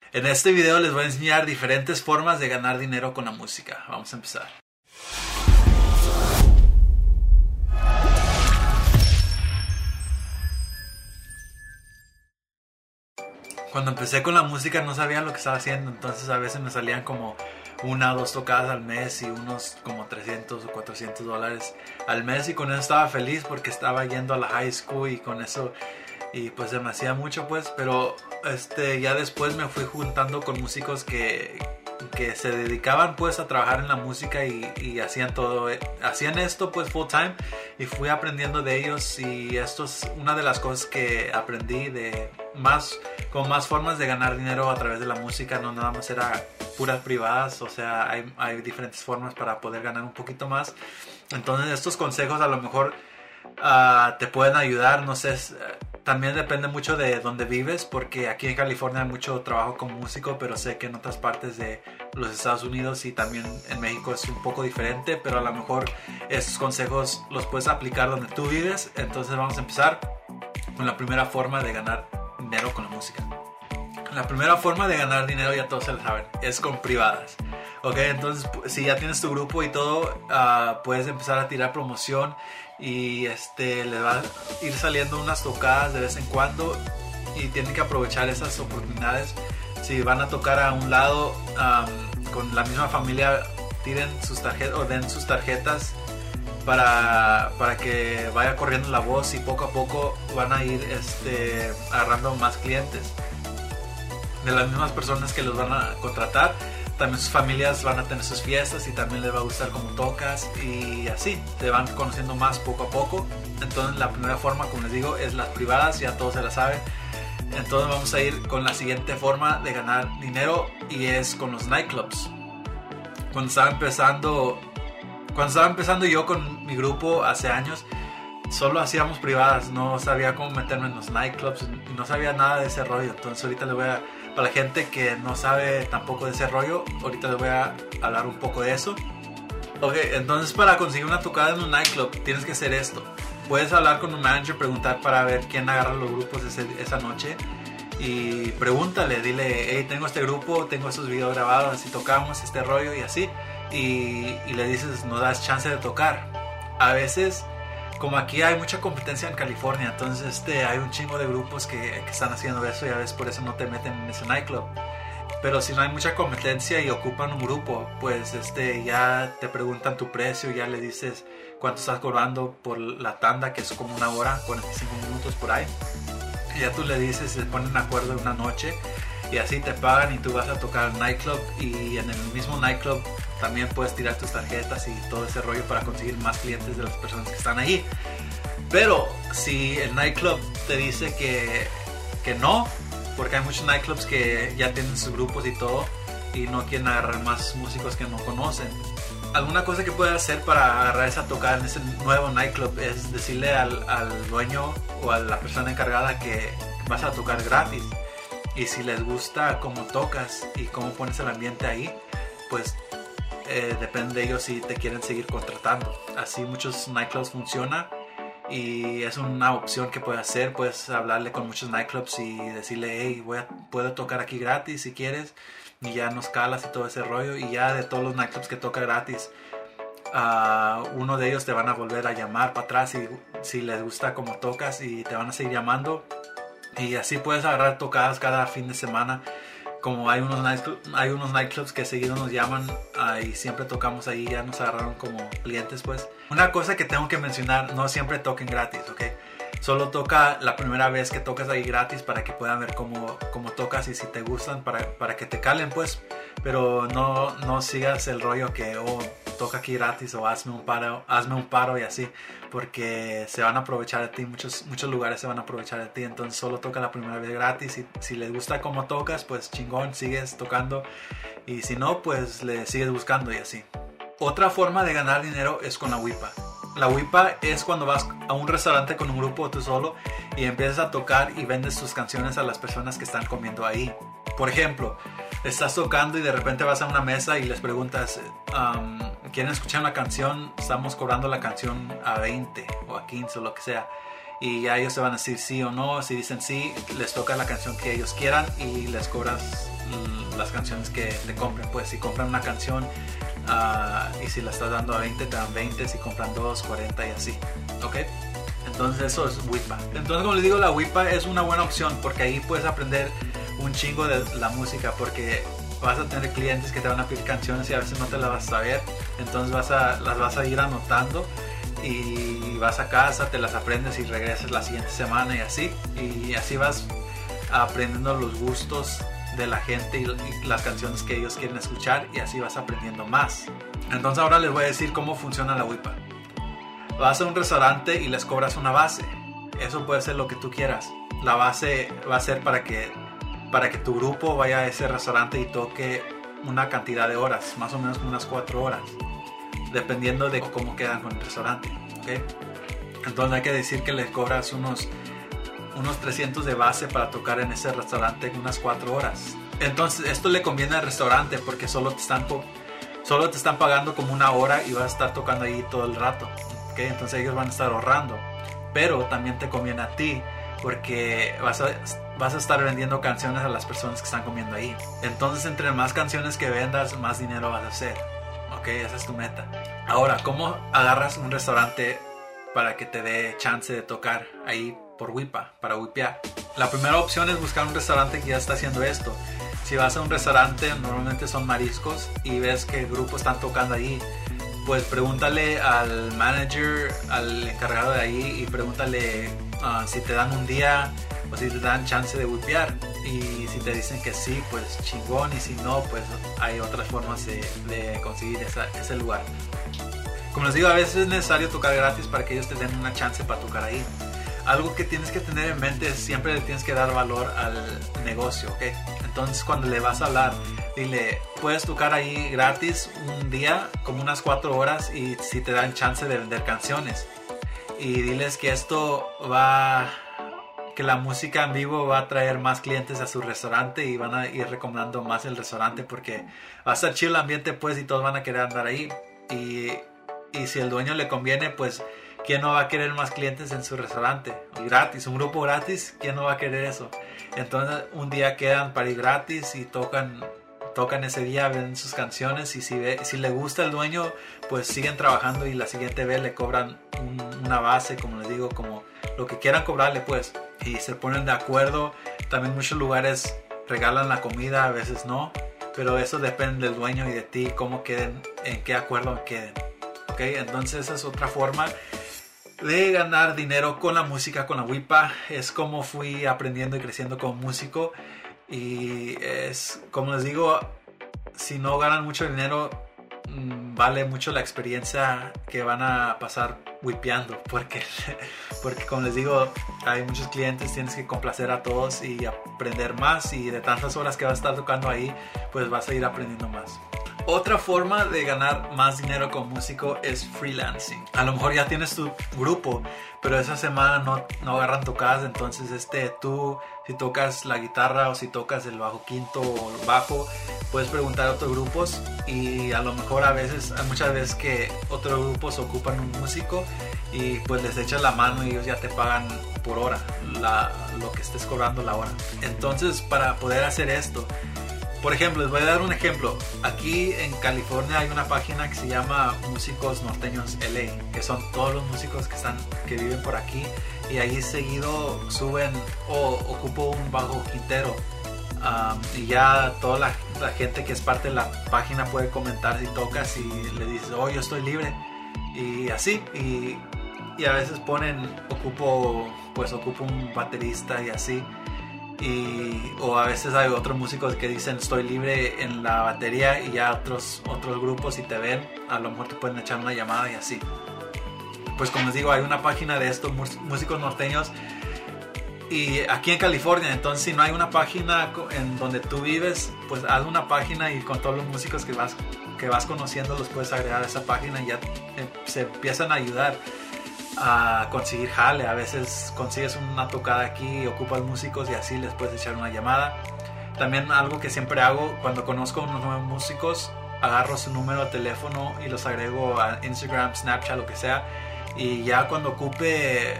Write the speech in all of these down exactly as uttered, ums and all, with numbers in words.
En este video les voy a enseñar diferentes formas de ganar dinero con la música. Vamos a empezar. Cuando empecé con la música no sabía lo que estaba haciendo, entonces a veces me salían como una o dos tocadas al mes y unos como trescientos o cuatrocientos dólares al mes, y con eso estaba feliz porque estaba yendo a la high school y con eso, y pues se me hacía mucho pues, pero este, ya después me fui juntando con músicos que, que se dedicaban pues a trabajar en la música y, y hacían todo, hacían esto pues full time, y fui aprendiendo de ellos, y esto es una de las cosas que aprendí de más, con más formas de ganar dinero a través de la música. No nada más era puras privadas, o sea, hay, hay diferentes formas para poder ganar un poquito más. Entonces estos consejos a lo mejor uh, te pueden ayudar, no sé, también depende mucho de dónde vives, porque aquí en California hay mucho trabajo como músico, pero sé que en otras partes de los Estados Unidos y también en México es un poco diferente, pero a lo mejor estos consejos los puedes aplicar donde tú vives. Entonces vamos a empezar con la primera forma de ganar dinero con la música. La primera forma de ganar dinero, ya todos se lo saben, es con privadas. Ok, entonces si ya tienes tu grupo y todo, uh, puedes empezar a tirar promoción y este, le va a ir saliendo unas tocadas de vez en cuando, y tienen que aprovechar esas oportunidades. Si van a tocar a un lado um, con la misma familia, tiren sus tarjetas o den sus tarjetas para, para que vaya corriendo la voz, y poco a poco van a ir este, agarrando más clientes de las mismas personas que los van a contratar. También sus familias van a tener sus fiestas y también les va a gustar cómo tocas, y así te van conociendo más poco a poco. Entonces la primera forma, como les digo, es las privadas, ya todos se la saben. Entonces vamos a ir con la siguiente forma de ganar dinero, y es con los nightclubs. Cuando estaba empezando cuando estaba empezando yo con mi grupo hace años, solo hacíamos privadas, no sabía cómo meterme en los nightclubs y no sabía nada de ese rollo. Entonces ahorita les voy a, para la gente que no sabe tampoco de ese rollo, ahorita les voy a hablar un poco de eso. Ok, entonces para conseguir una tocada en un nightclub tienes que hacer esto. Puedes hablar con un manager, preguntar para ver quién agarra los grupos ese, esa noche, y pregúntale, dile, hey, tengo este grupo, tengo estos videos grabados, así tocamos este rollo y así, y, y le dices, no das chance de tocar. A veces, como aquí hay mucha competencia en California, entonces este, hay un chingo de grupos que, que están haciendo eso, y a veces por eso no te meten en ese nightclub. Pero si no hay mucha competencia y ocupan un grupo, pues este, ya te preguntan tu precio, ya le dices cuánto estás cobrando por la tanda, que es como una hora, cuarenta y cinco minutos por ahí. Y ya tú le dices, se ponen de acuerdo una noche, y así te pagan y tú vas a tocar al nightclub, y en el mismo nightclub también puedes tirar tus tarjetas y todo ese rollo para conseguir más clientes de las personas que están ahí. Pero si el nightclub te dice que, que no, porque hay muchos nightclubs que ya tienen sus grupos y todo, y no quieren agarrar más músicos que no conocen, alguna cosa que puedes hacer para agarrar esa tocada en ese nuevo nightclub es decirle al, al dueño o a la persona encargada que vas a tocar gratis. Y si les gusta cómo tocas y cómo pones el ambiente ahí, pues eh, depende de ellos si te quieren seguir contratando. Así muchos nightclubs funcionan, y es una opción que puedes hacer. Puedes hablarle con muchos nightclubs y decirle, hey, voy a, puedo tocar aquí gratis si quieres, y ya nos calas y todo ese rollo. Y ya de todos los nightclubs que toca gratis, uh, uno de ellos te van a volver a llamar para atrás si, si les gusta cómo tocas, y te van a seguir llamando, y así puedes agarrar tocadas cada fin de semana. Como hay unos nightclubs, hay unos nightclubs que seguido nos llaman, uh, y siempre tocamos ahí, ya nos agarraron como clientes pues. Una cosa que tengo que mencionar, no siempre toquen gratis, ok. Solo toca la primera vez que tocas ahí gratis para que puedan ver cómo, cómo tocas, y si te gustan, para, para que te calen pues. Pero no, no sigas el rollo que, oh, toca aquí gratis, o hazme un paro, hazme un paro y así, porque se van a aprovechar de ti, muchos, muchos lugares se van a aprovechar de ti. Entonces solo toca la primera vez gratis, y si les gusta cómo tocas, pues chingón, sigues tocando, y si no, pues le sigues buscando y así. Otra forma de ganar dinero es con la huipa. La huipa es cuando vas a un restaurante con un grupo o tú solo, y empiezas a tocar y vendes tus canciones a las personas que están comiendo ahí. Por ejemplo, estás tocando y de repente vas a una mesa y les preguntas, um, ¿quieren escuchar una canción? Estamos cobrando la canción a veinte o a quince o lo que sea. Y ya ellos se van a decir sí o no. Si dicen sí, les toca la canción que ellos quieran y les cobras las canciones que te compren. Pues si compran una canción uh, y si la estás dando a veinte, te dan veinte, si compran dos, cuarenta y así, ¿ok? Entonces eso es Wipa. Entonces, como les digo, la Wipa es una buena opción porque ahí puedes aprender un chingo de la música, porque vas a tener clientes que te van a pedir canciones y a veces no te las vas a saber, entonces vas a, las vas a ir anotando y vas a casa, te las aprendes y regresas la siguiente semana y así, y así vas aprendiendo los gustos de la gente y, y las canciones que ellos quieren escuchar, y así vas aprendiendo más. Entonces ahora les voy a decir cómo funciona la Wipa. Vas a un restaurante y les cobras una base. Eso puede ser lo que tú quieras. La base va a ser para que, para que tu grupo vaya a ese restaurante y toque una cantidad de horas, más o menos unas cuatro horas, dependiendo de cómo quedan con el restaurante, ¿okay? Entonces hay que decir que les cobras unos, unos trescientos de base para tocar en ese restaurante unas cuatro horas. Entonces esto le conviene al restaurante porque solo te están, solo te están pagando como una hora y vas a estar tocando ahí todo el rato, ¿okay? Entonces ellos van a estar ahorrando, pero también te conviene a ti porque vas a, vas a estar vendiendo canciones a las personas que están comiendo ahí. Entonces entre más canciones que vendas, más dinero vas a hacer. Ok, esa es tu meta. Ahora, ¿cómo agarras un restaurante para que te dé chance de tocar ahí por Wipa, para wipear? La primera opción es buscar un restaurante que ya está haciendo esto. Si vas a un restaurante, normalmente son mariscos, y ves que grupos están tocando ahí, pues pregúntale al manager, al encargado de ahí, y pregúntale uh, si te dan un día o si te dan chance de wipear. Y si te dicen que sí, pues chingón, y si no, pues hay otras formas de, de conseguir esa, ese lugar. Como les digo, a veces es necesario tocar gratis para que ellos te den una chance para tocar ahí. Algo que tienes que tener en mente es siempre le tienes que dar valor al negocio, ¿ok? Entonces cuando le vas a hablar, dile, puedes tocar ahí gratis un día, como unas cuatro horas, y si te dan chance de vender canciones. Y diles que esto va... que la música en vivo va a traer más clientes a su restaurante y van a ir recomendando más el restaurante porque va a estar chido el ambiente, pues, y todos van a querer andar ahí. Y, y si el dueño le conviene, pues, ¿quién no va a querer más clientes en su restaurante? Y gratis, un grupo gratis, ¿quién no va a querer eso? Entonces un día quedan para ir gratis y tocan, tocan ese día, ven sus canciones, y si, ve, si le gusta el dueño, pues siguen trabajando y la siguiente vez le cobran un, una base, como les digo, como lo que quieran cobrarle, pues, y se ponen de acuerdo. También muchos lugares regalan la comida, a veces no, pero eso depende del dueño y de ti, cómo queden, en qué acuerdo queden, ¿ok? Entonces esa es otra forma de ganar dinero con la música, con la Wipa. Es como fui aprendiendo y creciendo como músico, y es, como les digo, si no ganan mucho dinero, vale mucho la experiencia que van a pasar wipeando, porque, porque como les digo, hay muchos clientes, tienes que complacer a todos y aprender más, y de tantas horas que vas a estar tocando ahí, pues vas a ir aprendiendo más. Otra forma de ganar más dinero como músico es freelancing. A lo mejor ya tienes tu grupo, pero esa semana no, no agarran tocadas, entonces este, tú, si tocas la guitarra o si tocas el bajo quinto o el bajo, puedes preguntar a otros grupos, y a lo mejor a veces, hay muchas veces que otros grupos ocupan un músico y pues les echas la mano y ellos ya te pagan por hora, la, lo que estés cobrando la hora. Entonces, para poder hacer esto, por ejemplo, les voy a dar un ejemplo. Aquí en California hay una página que se llama Músicos Norteños L A, que son todos los músicos que están, que viven por aquí, y ahí seguido suben o oh, ocupo un bajo quintero, um, y ya toda la, la gente que es parte de la página puede comentar si tocas, y le dices, oh, yo estoy libre, y así, y, y a veces ponen ocupo, pues ocupo un baterista y así. Y, o a veces hay otros músicos que dicen estoy libre en la batería, y ya otros, otros grupos, si te ven, a lo mejor te pueden echar una llamada y así. Pues como les digo, hay una página de estos músicos norteños, y aquí en California. Entonces, si no hay una página en donde tú vives, pues haz una página, y con todos los músicos que vas, que vas conociendo los puedes agregar a esa página, y ya se empiezan a ayudar a conseguir jale. A veces consigues una tocada aquí y ocupas músicos, y así les puedes echar una llamada. También algo que siempre hago cuando conozco unos nuevos músicos, agarro su número de teléfono y los agrego a Instagram, Snapchat, lo que sea, y ya cuando ocupe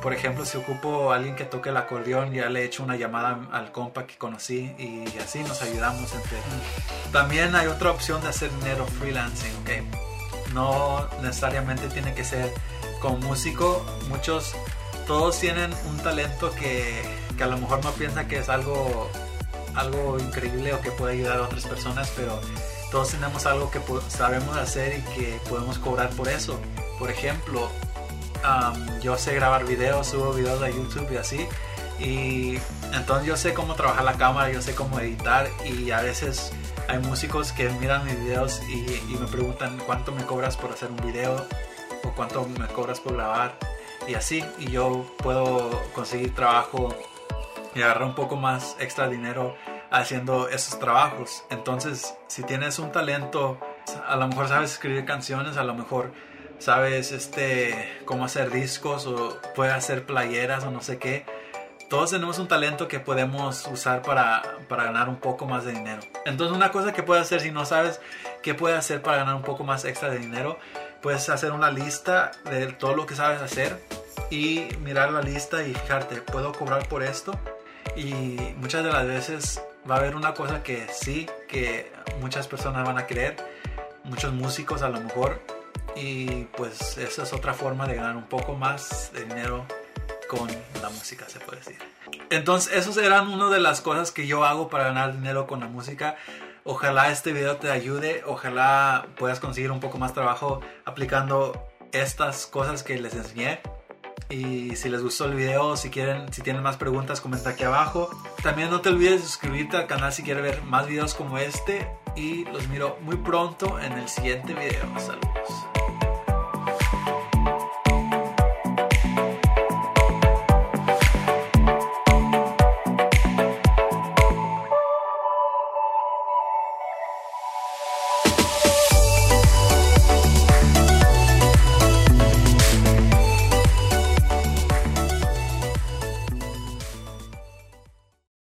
por ejemplo, si ocupo a alguien que toque el acordeón, ya le he hecho una llamada al compa que conocí y así nos ayudamos entre. También hay otra opción de hacer dinero freelancing, ¿ok? No necesariamente tiene que ser como músico. Muchos, todos tienen un talento que, que a lo mejor no piensan que es algo, algo increíble o que puede ayudar a otras personas, pero todos tenemos algo que sabemos hacer y que podemos cobrar por eso. Por ejemplo, um, yo sé grabar videos, subo videos a YouTube y así, y entonces yo sé cómo trabajar la cámara, yo sé cómo editar, y a veces hay músicos que miran mis videos y, y me preguntan cuánto me cobras por hacer un video o cuánto me cobras por grabar y así, y yo puedo conseguir trabajo y agarrar un poco más extra dinero haciendo esos trabajos. Entonces, si tienes un talento, a lo mejor sabes escribir canciones, a lo mejor sabes este, cómo hacer discos o puedes hacer playeras o no sé qué. Todos tenemos un talento que podemos usar para, para ganar un poco más de dinero. Entonces, una cosa que puedes hacer si no sabes qué puedes hacer para ganar un poco más extra de dinero, puedes hacer una lista de todo lo que sabes hacer y mirar la lista y fijarte, ¿puedo cobrar por esto? Y muchas de las veces va a haber una cosa que sí, que muchas personas van a querer, muchos músicos a lo mejor, y pues esa es otra forma de ganar un poco más de dinero con la música, se puede decir. Entonces, esos eran una de las cosas que yo hago para ganar dinero con la música. Ojalá este video te ayude, ojalá puedas conseguir un poco más trabajo aplicando estas cosas que les enseñé. Y si les gustó el video, si quieren, si tienen más preguntas, comenta aquí abajo. También no te olvides de suscribirte al canal si quieres ver más videos como este. Y los miro muy pronto en el siguiente video. Saludos.